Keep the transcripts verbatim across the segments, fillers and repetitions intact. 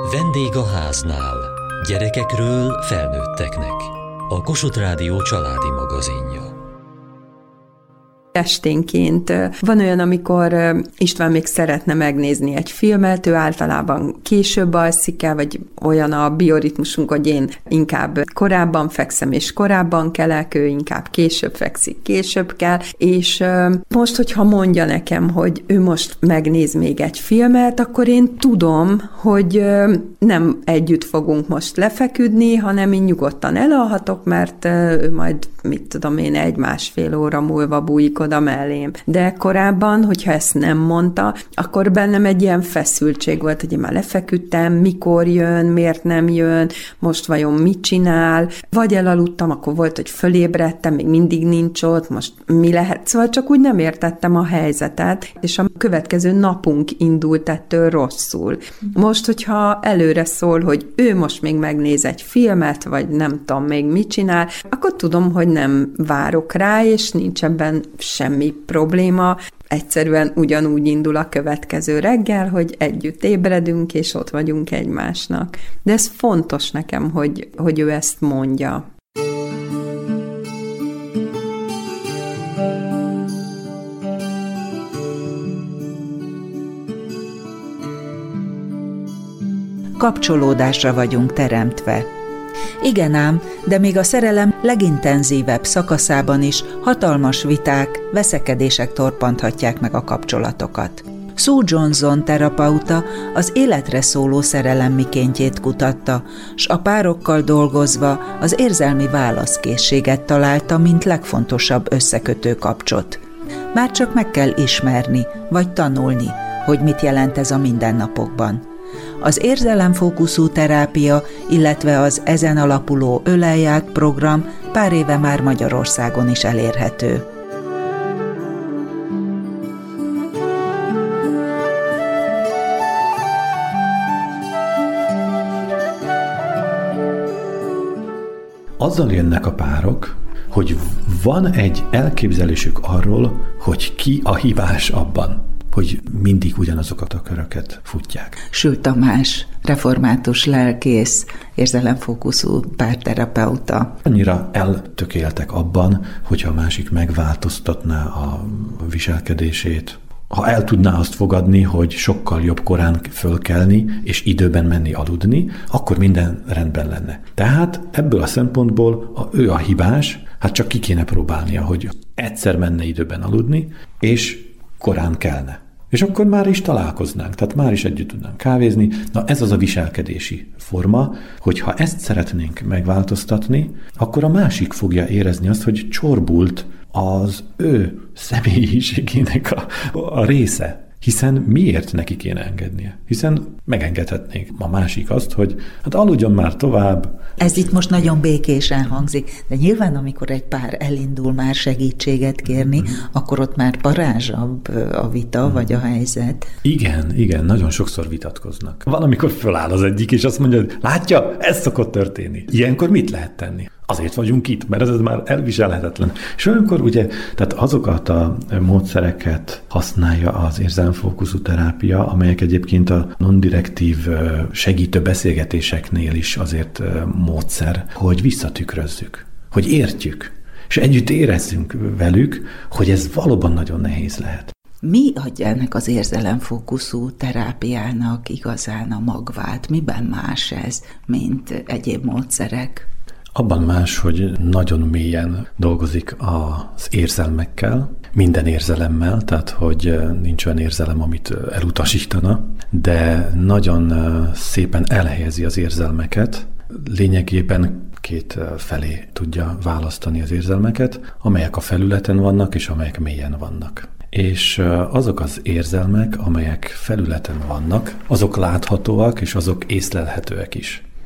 Vendég a háznál. Gyerekekről felnőtteknek. A Kossuth Rádió családi magazinja. Esténként van olyan, amikor István még szeretne megnézni egy filmet, ő általában később alszik el, vagy olyan a bioritmusunk, hogy én inkább korábban fekszem, és korábban kelek, ő inkább később fekszik, később kell, és most, hogyha mondja nekem, hogy ő most megnéz még egy filmet, akkor én tudom, hogy nem együtt fogunk most lefeküdni, hanem én nyugodtan elalhatok, mert ő majd, mit tudom én, egy-másfél óra múlva bújik oda mellém. De korábban, hogyha ezt nem mondta, akkor bennem egy ilyen feszültség volt, hogy én már lefeküdtem, mikor jön, miért nem jön, most vajon mit csinál, vagy elaludtam, akkor volt, hogy fölébredtem, még mindig nincs ott, most mi lehet. Szóval csak úgy nem értettem a helyzetet, és a következő napunk indult ettől rosszul. Most, hogyha előre szól, hogy ő most még megnéz egy filmet, vagy nem tudom még mit csinál, akkor tudom, hogy nem várok rá, és nincs ebben semmi probléma. Egyszerűen ugyanúgy indul a következő reggel, hogy együtt ébredünk, és ott vagyunk egymásnak. De ez fontos nekem, hogy, hogy ő ezt mondja. Kapcsolódásra vagyunk teremtve. Igen ám, de még a szerelem legintenzívebb szakaszában is hatalmas viták, veszekedések torpanthatják meg a kapcsolatokat. Sue Johnson terapeuta az életre szóló szerelem mikéntjét kutatta, s a párokkal dolgozva az érzelmi válaszkészséget találta, mint legfontosabb összekötő kapcsot. Már csak meg kell ismerni, vagy tanulni, hogy mit jelent ez a mindennapokban. Az érzelemfókuszú terápia, illetve az ezen alapuló Ölelját program pár éve már Magyarországon is elérhető. Azzal jönnek a párok, hogy van egy elképzelésük arról, hogy ki a hibás abban, hogy mindig ugyanazokat a köröket futják. Sül Tamás, református lelkész, érzelemfókuszú párterapeuta. Annyira eltökéltek abban, hogyha a másik megváltoztatná a viselkedését, ha el tudná azt fogadni, hogy sokkal jobb korán fölkelni, és időben menni aludni, akkor minden rendben lenne. Tehát ebből a szempontból a, ő a hibás, hát csak ki kéne próbálnia, hogy egyszer menne időben aludni, és korán kelne. És akkor már is találkoznánk, tehát már is együtt tudnánk kávézni. Na ez az a viselkedési forma, hogy ha ezt szeretnénk megváltoztatni, akkor a másik fogja érezni azt, hogy csorbult az ő személyiségének a, a része. Hiszen miért neki kéne engednie? Hiszen megengedhetnénk a másik azt, hogy hát aludjon már tovább. Ez itt most nagyon békésen hangzik, de nyilván amikor egy pár elindul már segítséget kérni, mm. akkor ott már parázsabb a vita, mm. vagy a helyzet. Igen, igen, nagyon sokszor vitatkoznak. Valamikor föláll az egyik, és azt mondja, hogy látja, ez szokott történni. Ilyenkor mit lehet tenni? Azért vagyunk itt, mert ez már elviselhetetlen. És olyankor ugye, tehát azokat a módszereket használja az érzelemfókuszú terápia, amelyek egyébként a non-direktív segítő beszélgetéseknél is azért módszer, hogy visszatükrözzük, hogy értjük, és együtt érezzünk velük, hogy ez valóban nagyon nehéz lehet. Mi adja ennek az érzelemfókuszú terápiának igazán a magvát? Miben más ez, mint egyéb módszerek? Abban más, hogy nagyon mélyen dolgozik az érzelmekkel, minden érzelemmel, tehát hogy nincs olyan érzelem, amit elutasítana, de nagyon szépen elhelyezi az érzelmeket, lényegében két felé tudja választani az érzelmeket, amelyek a felületen vannak, és amelyek mélyen vannak. És azok az érzelmek, amelyek felületen vannak, azok láthatóak, és azok észlelhetőek is.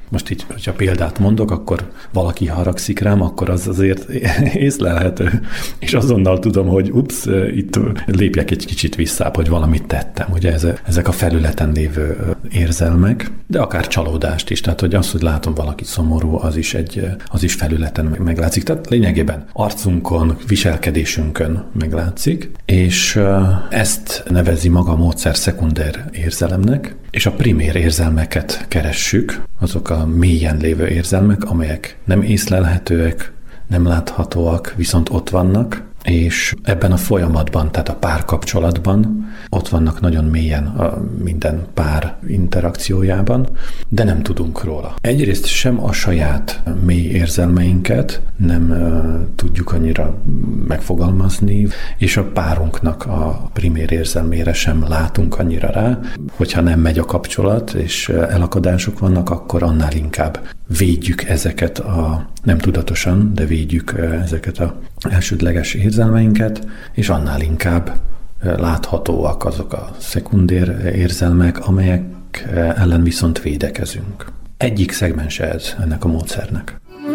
Most így, hogyha példát mondok, akkor valaki haragszik rám, akkor az azért észlelhető. És azonnal tudom, hogy ups, itt lépjek egy kicsit vissza, hogy valamit tettem. Ugye ezek a felületen lévő érzelmek, de akár csalódást is. Tehát, hogy az, hogy látom valakit szomorú, az is, egy, az is felületen meglátszik. Tehát lényegében arcunkon, viselkedésünkön meglátszik, és ezt nevezi maga a módszer szekunder érzelemnek, és a primér érzelmeket keressük, azok a mélyen lévő érzelmek, amelyek nem észlelhetőek, nem láthatóak, viszont ott vannak, és ebben a folyamatban, tehát a párkapcsolatban ott vannak nagyon mélyen a minden pár interakciójában, de nem tudunk róla. Egyrészt sem a saját mély érzelmeinket nem uh, tudjuk annyira megfogalmazni, és a párunknak a primér érzelmére sem látunk annyira rá, hogyha nem megy a kapcsolat, és elakadások vannak, akkor annál inkább védjük ezeket a, nem tudatosan, de védjük ezeket az elsődleges érzelmeinket, és annál inkább láthatóak azok a szekundér érzelmek, amelyek ellen viszont védekezünk. Egyik szegmense ez ennek a módszernek.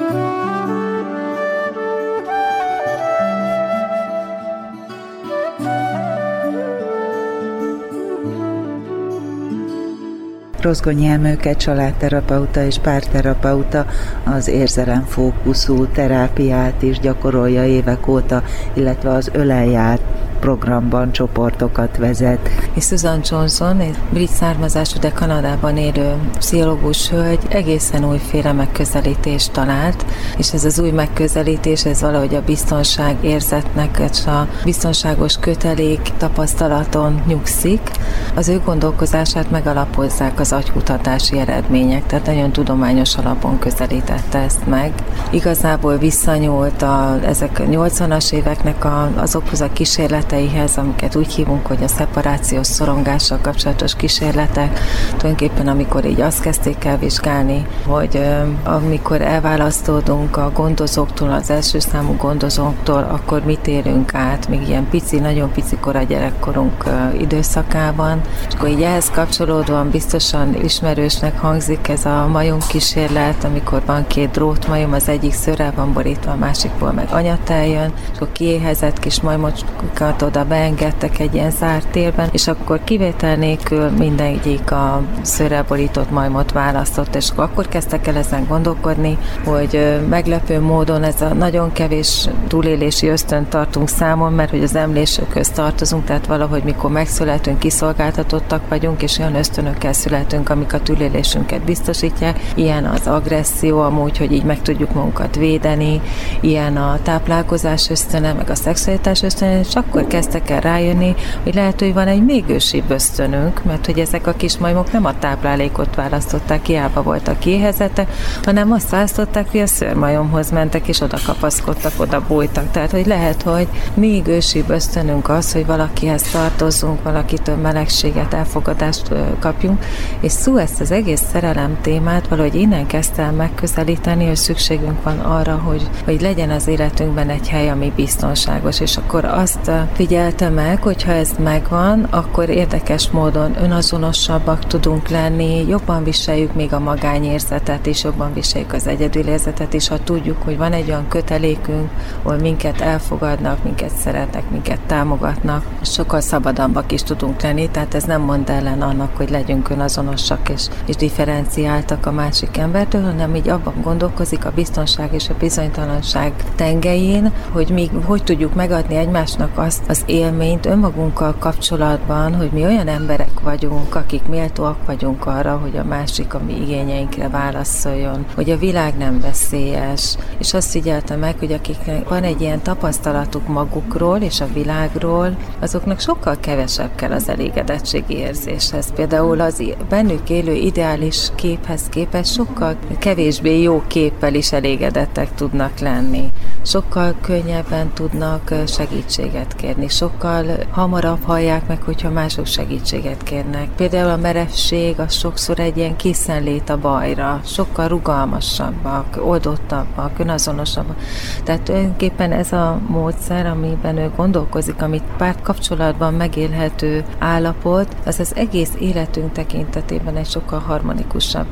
Rozgonyi Emőke, családterapeuta és párterapeuta, az érzelemfókuszú terápiát is gyakorolja évek óta, illetve az Ölelj át programban csoportokat vezet. És Susan Johnson, egy brit származású, de Kanadában élő pszichológus hölgy egészen újféle megközelítést talált, és ez az új megközelítés, ez valahogy a biztonság érzetnek és a biztonságos kötelék tapasztalaton nyugszik. Az ő gondolkozását megalapozzák az agykutatási eredmények, tehát nagyon tudományos alapon közelítette ezt meg. Igazából visszanyúlt a, ezek a nyolcvanas éveknek a, azokhoz a kísérleteihez, amiket úgy hívunk, hogy a szeparációs szorongással kapcsolatos kísérletek, tulajdonképpen amikor így azt kezdték el vizsgálni, hogy amikor elválasztódunk a gondozóktól, az első számú gondozóktól, akkor mit élünk át, még ilyen pici, nagyon pici kora gyerekkorunk időszakában. És akkor így ehhez kapcsolódóan biztosan ismerősnek hangzik ez a majom kísérlet, amikor van két drótmajom, az egyik szőrrel van borítva, a másikból meg anyatej jön, és akkor kiéhezett kis majmocskat oda beengedtek egy ilyen zárt térben, és akkor kivétel nélkül mindegyik a szőrrel borított majmot választott, és akkor kezdtek el ezen gondolkodni, hogy meglepő módon ez a nagyon kevés túlélési ösztönt tartunk számon, mert hogy az emlésőkhöz tartozunk, tehát valahogy mikor megszületünk, kiszolgáltatottak vagyunk, és olyan ösztönökkel születünk, amik a túlélésünket biztosítják. Ilyen az agresszió, amúgy, hogy így meg tudjuk magunkat védeni, ilyen a táplálkozás ösztöne, meg a szexualitás ösztöne, és akkor kezdtek el rájönni, hogy lehet, hogy van egy még ősibb ösztönünk, mert hogy ezek a kis majmok nem a táplálékot választották, hiába voltak kiéhezettek, hanem azt választották, hogy a szőrmajomhoz mentek, és oda kapaszkodtak, oda bújtak. Tehát, hogy lehet, hogy még ősibb ösztönünk az, hogy valakihez tartozzunk, valakitől melegséget, elfogadást kapjunk, és szó ezt az egész szerelem témát valahogy innen kezdte el megközelíteni, hogy szükségünk van arra, hogy, hogy legyen az életünkben egy hely, ami biztonságos, és akkor azt figyelte meg, hogyha ez megvan, akkor érdekes módon önazonosabbak tudunk lenni, jobban viseljük még a magányérzetet, és jobban viseljük az egyedülérzetet, és ha tudjuk, hogy van egy olyan kötelékünk, ahol minket elfogadnak, minket szeretnek, minket támogatnak, sokkal szabadabbak is tudunk lenni, tehát ez nem mond ellen annak, hogy legyünk önazonosak és, és differenciáltak a másik embertől, hanem így abban gondolkozik a biztonság és a bizonytalanság tengelyén, hogy mi hogy tudjuk megadni egymásnak azt az élményt önmagunkkal kapcsolatban, hogy mi olyan emberek vagyunk, akik méltóak vagyunk arra, hogy a másik a mi igényeinkre válaszoljon, hogy a világ nem veszélyes, és azt figyelte meg, hogy akiknek van egy ilyen tapasztalatuk magukról és a világról, azoknak sokkal kevesebb kell az elégedettségi érzéshez. Például az bennük élő ideális képhez képest sokkal kevésbé jó képpel is elégedettek tudnak lenni. Sokkal könnyebben tudnak segítséget kérni, sokkal hamarabb hallják meg, hogyha mások segítséget kérnek. Például a merevség az sokszor egy ilyen készenlét a bajra, sokkal rugalmasabbak, oldottabbak, önazonosabbak. Tehát tulajdonképpen ez a módszer, amiben ő gondolkozik, amit párkapcsolatban megélhető állapot, az az egész életünk tekintetében egy sokkal harmonikusabb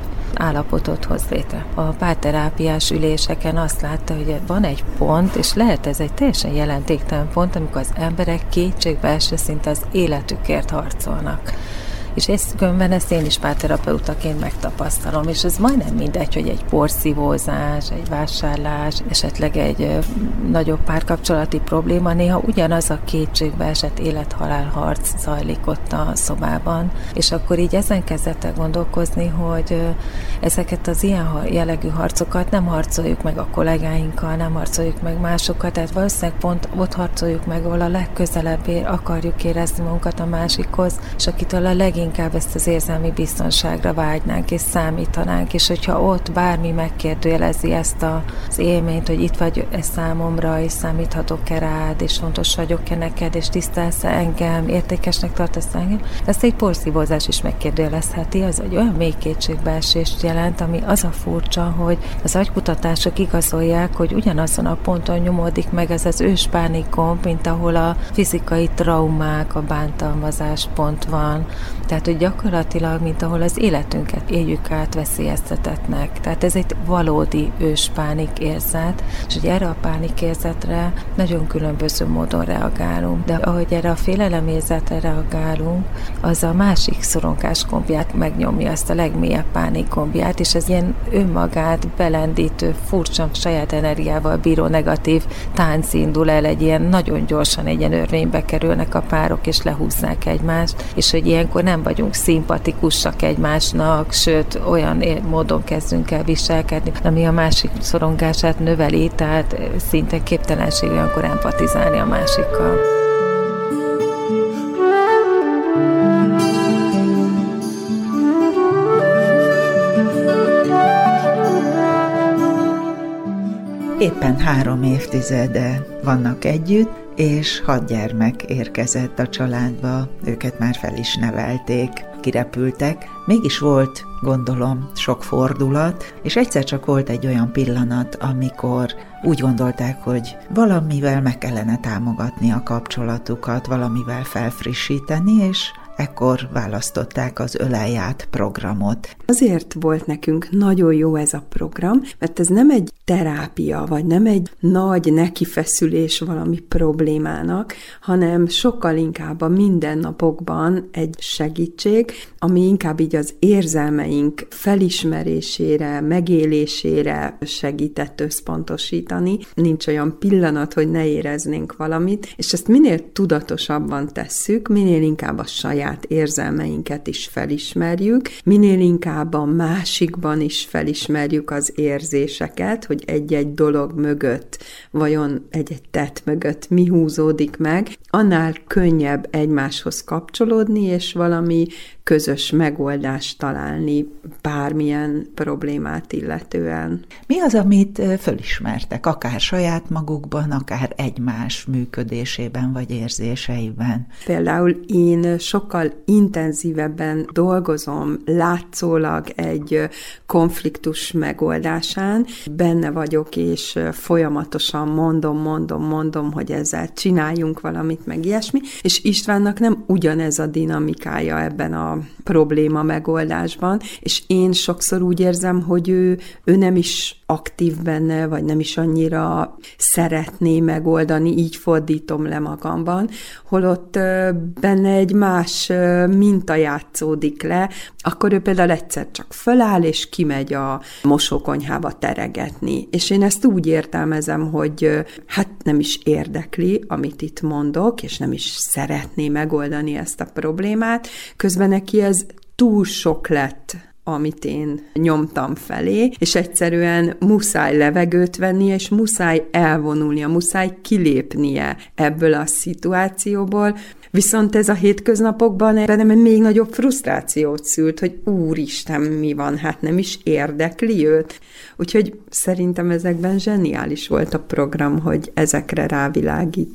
állapotot hoz létre. A párterápiás üléseken azt látta, hogy van egy pont, és lehet ez egy teljesen jelentéktelen pont, amikor az emberek kétségbeesve szinte az életükért harcolnak. És ezt különben ezt én is párterapeutaként megtapasztalom, és ez majdnem mindegy, hogy egy porszívózás, egy vásárlás, esetleg egy ö, nagyobb párkapcsolati probléma, néha ugyanaz a kétségbeesett élet-halál harc zajlik ott a szobában, és akkor így ezen kezdett el gondolkozni, hogy ö, ezeket az ilyen jellegű harcokat nem harcoljuk meg a kollégáinkkal, nem harcoljuk meg másokkal, tehát valószínűleg pont ott harcoljuk meg, ahol a legközelebb akarjuk érezni magunkat a másikhoz, és akitől a legény inkább ezt az érzelmi biztonságra vágynánk és számítanánk, és hogyha ott bármi megkérdőjelezi ezt az élményt, hogy itt vagy ez számomra, és számíthatok-e rád, és fontos vagyok-e neked, és tisztelsz engem, értékesnek tartasz engem, ezt egy porszívózás is megkérdőjelezheti, az egy olyan mély kétségbeesést jelent, ami az a furcsa, hogy az agykutatások igazolják, hogy ugyanazon a ponton nyomódik meg ez az őspánikgomb, mint ahol a fizikai traumák, a bántalmazás pont van. Tehát, hogy gyakorlatilag, mint ahol az életünket éljük át veszélyeztetetnek. Tehát ez egy valódi őspánik érzet, és hogy erre a pánikérzetre nagyon különböző módon reagálunk. De ahogy erre a félelemérzetre reagálunk, az a másik szorongás gombját megnyomja, ezt a legmélyebb pánik gombját, és ez ilyen önmagát belendítő, furcsa, saját energiával bíró negatív tánc indul el, egy ilyen nagyon gyorsan egy ilyen örvénybe kerülnek a párok, és lehúzzák egymást, és hogy ilyenkor nem vagyunk szimpatikusak egymásnak, sőt, olyan módon kezdünk el viselkedni, ami a másik szorongását növeli, tehát szinte képtelenség olyankor empatizálni a másikkal. Éppen három évtizede vannak együtt, és hat gyermek érkezett a családba, őket már fel is nevelték, kirepültek. Mégis volt, gondolom, sok fordulat, és egyszer csak volt egy olyan pillanat, amikor úgy gondolták, hogy valamivel meg kellene támogatni a kapcsolatukat, valamivel felfrissíteni, és ekkor választották az Ölelj át programot. Azért volt nekünk nagyon jó ez a program, mert ez nem egy terápia, vagy nem egy nagy nekifeszülés valami problémának, hanem sokkal inkább a mindennapokban egy segítség, ami inkább így az érzelmeink felismerésére, megélésére segített összpontosítani. Nincs olyan pillanat, hogy ne éreznénk valamit, és ezt minél tudatosabban tesszük, minél inkább a saját érzelmeinket is felismerjük, minél inkább a másikban is felismerjük az érzéseket, hogy egy-egy dolog mögött, vajon egy-egy tett mögött mi húzódik meg, annál könnyebb egymáshoz kapcsolódni, és valami közös megoldást találni bármilyen problémát illetően. Mi az, amit fölismertek, akár saját magukban, akár egymás működésében vagy érzéseiben? Például én sokkal intenzívebben dolgozom látszólag egy konfliktus megoldásán, benne vagyok, és folyamatosan mondom, mondom, mondom, hogy ezzel csináljunk valamit, meg ilyesmi, és Istvánnak nem ugyanez a dinamikája ebben a probléma megoldásban, és én sokszor úgy érzem, hogy ő, ő nem is aktív benne, vagy nem is annyira szeretné megoldani, így fordítom le magamban, holott benne egy más minta játszódik le, akkor ő például egyszer csak föláll, és kimegy a mosókonyhába teregetni. És én ezt úgy értelmezem, hogy hát nem is érdekli, amit itt mondok, és nem is szeretné megoldani ezt a problémát. Közben neki ez túl sok lett, amit én nyomtam felé, és egyszerűen muszáj levegőt vennie, és muszáj elvonulnia, muszáj kilépnie ebből a szituációból. Viszont ez a hétköznapokban bennem még nagyobb frusztrációt szült, hogy úristen, mi van, hát nem is érdekli őt. Úgyhogy szerintem ezekben zseniális volt a program, hogy ezekre rávilágított.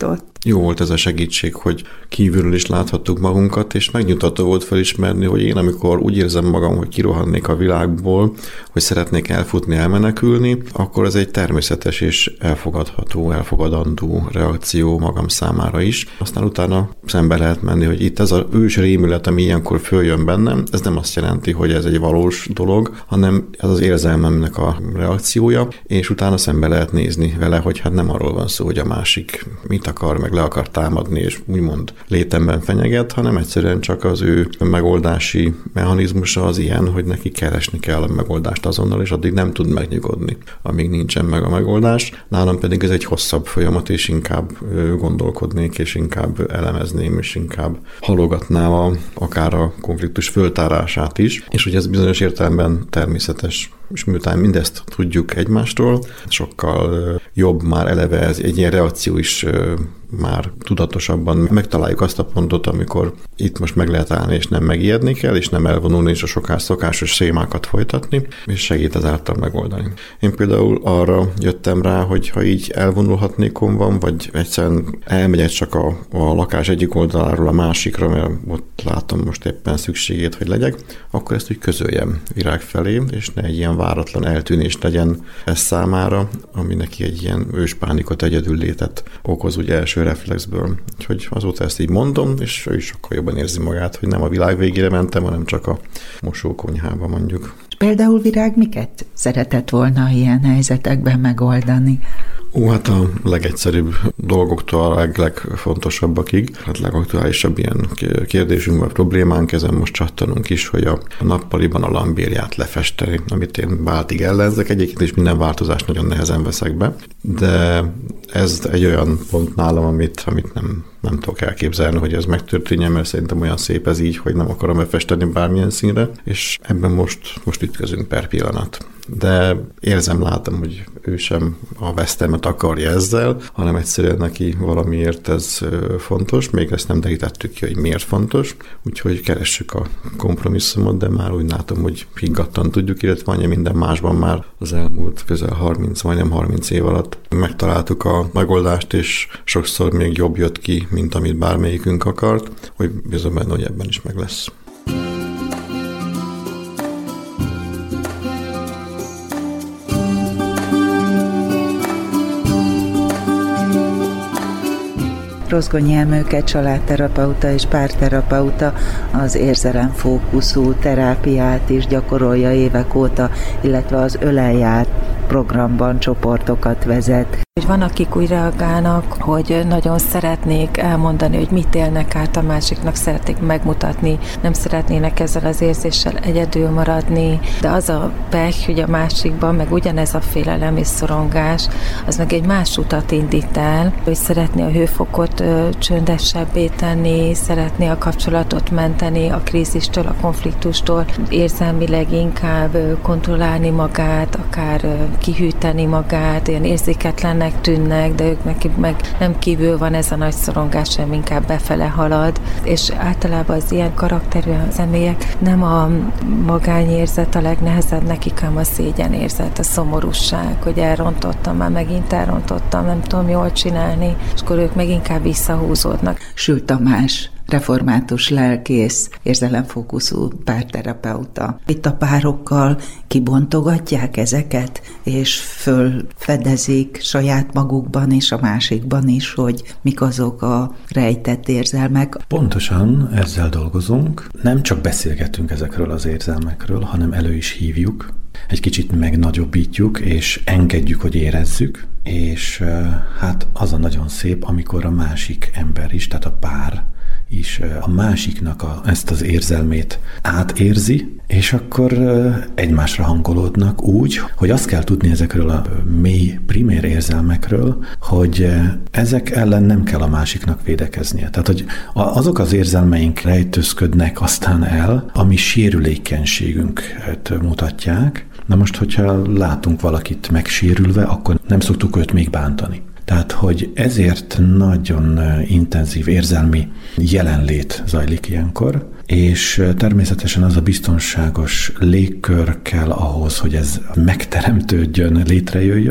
jó volt ez a segítség, hogy kívülről is láthattuk magunkat, és megnyugtató volt felismerni, hogy én amikor úgy érzem magam, hogy kirohannék a világból, hogy szeretnék elfutni, elmenekülni, akkor ez egy természetes és elfogadható, elfogadandó reakció magam számára is. Aztán utána szembe lehet menni, hogy itt ez az ős rémület, ami ilyenkor följön bennem, ez nem azt jelenti, hogy ez egy valós dolog, hanem ez az érzelmemnek a reakciója, és utána szembe lehet nézni vele, hogy hát nem arról van szó, hogy a másik mit akar, meg le akar támadni, és úgymond létemben fenyeget, hanem egyszerűen csak az ő megoldási mechanizmusa az ilyen, hogy neki keresni kell a megoldást azonnal, és addig nem tud megnyugodni, amíg nincsen meg a megoldás. Nálam pedig ez egy hosszabb folyamat, és inkább gondolkodnék, és inkább elemezném, és inkább halogatnám a, akár a konfliktus föltárását is, és hogy ez bizonyos értelemben természetes. És miután mindezt tudjuk egymástól, sokkal jobb már eleve ez egy ilyen reakció is már tudatosabban megtaláljuk azt a pontot, amikor itt most meg lehet állni, és nem megijedni kell, és nem elvonulni, és a sokás szokásos sémákat folytatni, és segít ezáltal megoldani. Én például arra jöttem rá, hogy ha így elvonulhatnékon van, vagy egyszerűen elmegyek csak a, a lakás egyik oldaláról a másikra, mert ott látom most éppen szükségét, hogy legyek, akkor ezt úgy közöljem Virág felé, és ne egy ilyen váratlan eltűnés legyen ez számára, ami neki egy ilyen őspánikot, egyedül létet okoz úgy első reflexből. Úgyhogy azóta ezt így mondom, és ő is sokkal jobban érzi magát, hogy nem a világ végére mentem, hanem csak a mosókonyhába mondjuk. És például Virág miket szeretett volna ilyen helyzetekben megoldani? Ó, hát a legegyszerűbb dolgoktól a leg, legfontosabbakig, hát legaktuálisabb ilyen kérdésünk vagy problémánk, ezen most csattanunk is, hogy a nappaliban a lambériát lefesteni, amit én váltig ellenzek. Egyébként is minden változást nagyon nehezen veszek be, de ez egy olyan pont nálam, amit, amit nem, nem tudok elképzelni, hogy ez megtörténjen, mert szerintem olyan szép ez így, hogy nem akarom elfesteni bármilyen színre, és ebben most, most ütközünk per pillanat. De érzem, látom, hogy ő sem a vesztelmet akarja ezzel, hanem egyszerűen neki valamiért ez fontos, még ezt nem derítettük ki, hogy miért fontos, úgyhogy keressük a kompromisszumot, de már úgy látom, hogy higgadtan tudjuk, illetve annyi minden másban már az elmúlt közel harminc, majdnem harminc év alatt megtaláltuk a megoldást, és sokszor még jobb jött ki, mint amit bármelyikünk akart, hogy bizony benne, hogy ebben is meg lesz. Rozgonyi Emőke, családterapeuta és párterapeuta, az érzelemfókuszú terápiát is gyakorolja évek óta, illetve az Ölelját programban csoportokat vezet. Van, akik úgy reagálnak, hogy nagyon szeretnék elmondani, hogy mit élnek át a másiknak, szeretnék megmutatni, nem szeretnének ezzel az érzéssel egyedül maradni, de az a pech, hogy a másikban, meg ugyanez a félelem és szorongás, az meg egy más utat indít el, hogy szeretné a hőfokot ö, csöndesebbé tenni, szeretné a kapcsolatot menteni a krízistől, a konfliktustól, érzelmileg inkább ö, kontrollálni magát, akár ö, kihűteni magát, ilyen érzéketlennek tűnnek, de ők neki meg nem kívül van ez a nagy szorongás, hanem inkább befele halad, és általában az ilyen karakterű személyek nem a magányérzet a legnehezebb nekik, hanem a szégyenérzet, a szomorúság, hogy elrontottam, már megint elrontottam, nem tudom jól csinálni, és akkor ők meg inkább visszahúzódnak. Sül Tamás, református lelkész, érzelemfókuszú párterapeuta. Itt a párokkal kibontogatják ezeket, és fölfedezik saját magukban és a másikban is, hogy mik azok a rejtett érzelmek. Pontosan ezzel dolgozunk. Nem csak beszélgetünk ezekről az érzelmekről, hanem elő is hívjuk, egy kicsit megnagyobbítjuk, és engedjük, hogy érezzük, és hát az a nagyon szép, amikor a másik ember is, tehát a pár is a másiknak a, ezt az érzelmét átérzi, és akkor egymásra hangolódnak úgy, hogy azt kell tudni ezekről a mély primér érzelmekről, hogy ezek ellen nem kell a másiknak védekeznie. Tehát, hogy azok az érzelmeink rejtőzködnek aztán el, ami sérülékenységünket mutatják. Na most, hogyha látunk valakit megsérülve, akkor nem szoktuk őt még bántani. Tehát, hogy ezért nagyon intenzív érzelmi jelenlét zajlik ilyenkor, és természetesen az a biztonságos légkör kell ahhoz, hogy ez megteremtődjön, létrejöjjön,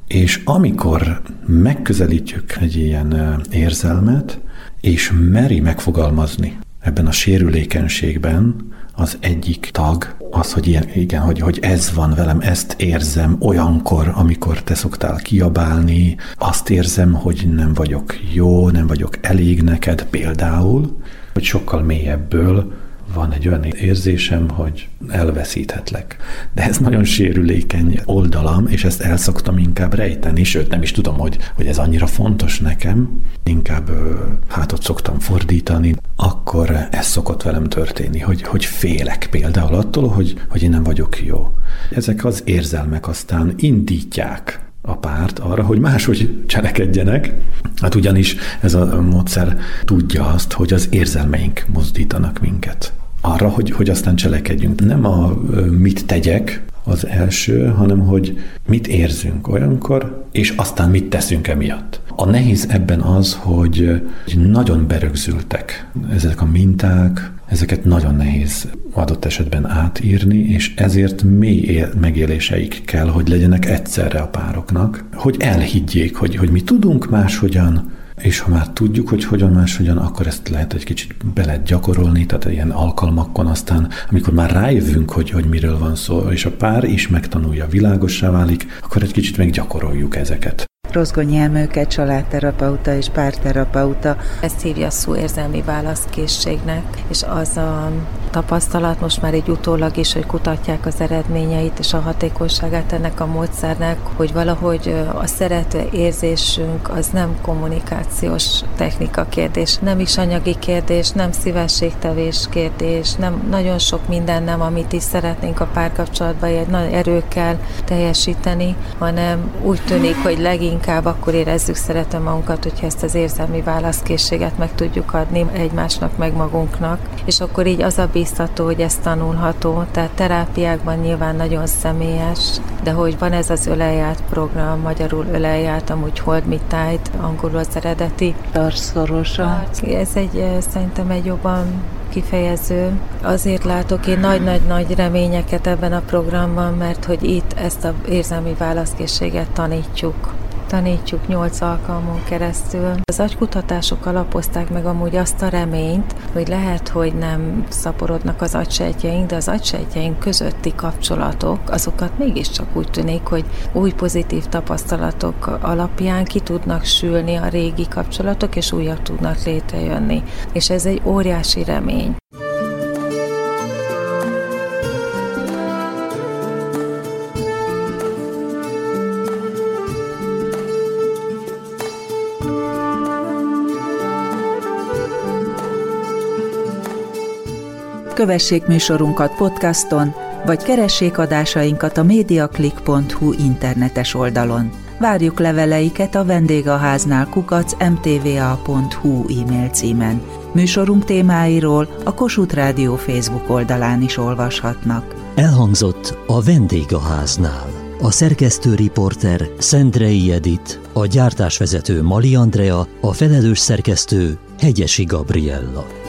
És amikor megközelítjük egy ilyen érzelmet, és meri megfogalmazni ebben a sérülékenységben az egyik tag, az, hogy ilyen, igen, hogy, hogy ez van velem, ezt érzem olyankor, amikor te szoktál kiabálni, azt érzem, hogy nem vagyok jó, nem vagyok elég neked például, hogy sokkal mélyebből van egy olyan érzésem, hogy elveszíthetlek. De ez nagyon sérülékeny oldalam, és ezt el szoktam inkább rejteni, sőt nem is tudom, hogy, hogy ez annyira fontos nekem, inkább hátot szoktam fordítani, akkor ez szokott velem történni, hogy, hogy félek például attól, hogy, hogy én nem vagyok jó. Ezek az érzelmek aztán indítják a párt arra, hogy máshogy cselekedjenek. Hát ugyanis ez a módszer tudja azt, hogy az érzelmeink mozdítanak minket arra, hogy, hogy aztán cselekedjünk. Nem a mit tegyek az első, hanem hogy mit érzünk olyankor, és aztán mit teszünk emiatt. A nehéz ebben az, hogy nagyon berögzültek ezek a minták, ezeket nagyon nehéz adott esetben átírni, és ezért mély megéléseik kell, hogy legyenek egyszerre a pároknak, hogy elhiggyék, hogy, hogy mi tudunk máshogyan, és ha már tudjuk, hogy hogyan máshogyan, akkor ezt lehet egy kicsit be lehet gyakorolni, tehát ilyen alkalmakon aztán, amikor már rájövünk, hogy, hogy miről van szó, és a pár is megtanulja, világossá válik, akkor egy kicsit meggyakoroljuk ezeket. Rozgonyi Emőke, családterapeuta és párterapeuta. Ezt hívja szó érzelmi válaszkészségnek, és az a tapasztalat most már így utólag is, hogy kutatják az eredményeit és a hatékonyságát ennek a módszernek, hogy valahogy a szerető érzésünk az nem kommunikációs technika kérdés, nem is anyagi kérdés, nem szívességtevés kérdés, nem nagyon sok minden nem, amit is szeretnénk a párkapcsolatban egy nagy erőkkel teljesíteni, hanem úgy tűnik, hogy legint inkább akkor érezzük szeretem magunkat, hogyha ezt az érzelmi válaszkészséget meg tudjuk adni egymásnak, meg magunknak. És akkor így az a biztató, hogy ez tanulható, tehát terápiákban nyilván nagyon személyes, de hogy van ez az öleljárt program, magyarul öleljárt, amúgy hold me tight, angolul az eredeti. Tarszorosan. Ez egy, szerintem egy jobban kifejező. Azért látok én nagy-nagy-nagy reményeket ebben a programban, mert hogy itt ezt az érzelmi válaszkészséget tanítjuk. tanítjuk nyolc alkalmon keresztül. Az agykutatások alapozták meg amúgy azt a reményt, hogy lehet, hogy nem szaporodnak az agysejtjeink, de az agysejtjeink közötti kapcsolatok, azokat mégiscsak úgy tűnik, hogy új pozitív tapasztalatok alapján ki tudnak sülni a régi kapcsolatok, és újak tudnak létrejönni. És ez egy óriási remény. Kövessék műsorunkat podcaston, vagy keressék adásainkat a mediaclick pont hu internetes oldalon. Várjuk leveleiket a vendégháznál kukac em té vé á pont hu e-mail címen. Műsorunk témáiról a Kossuth Rádió Facebook oldalán is olvashatnak. Elhangzott a Vendégháznál. A szerkesztő riporter Szendrei Edit, a gyártásvezető Mali Andrea, a felelős szerkesztő Hegyesi Gabriella.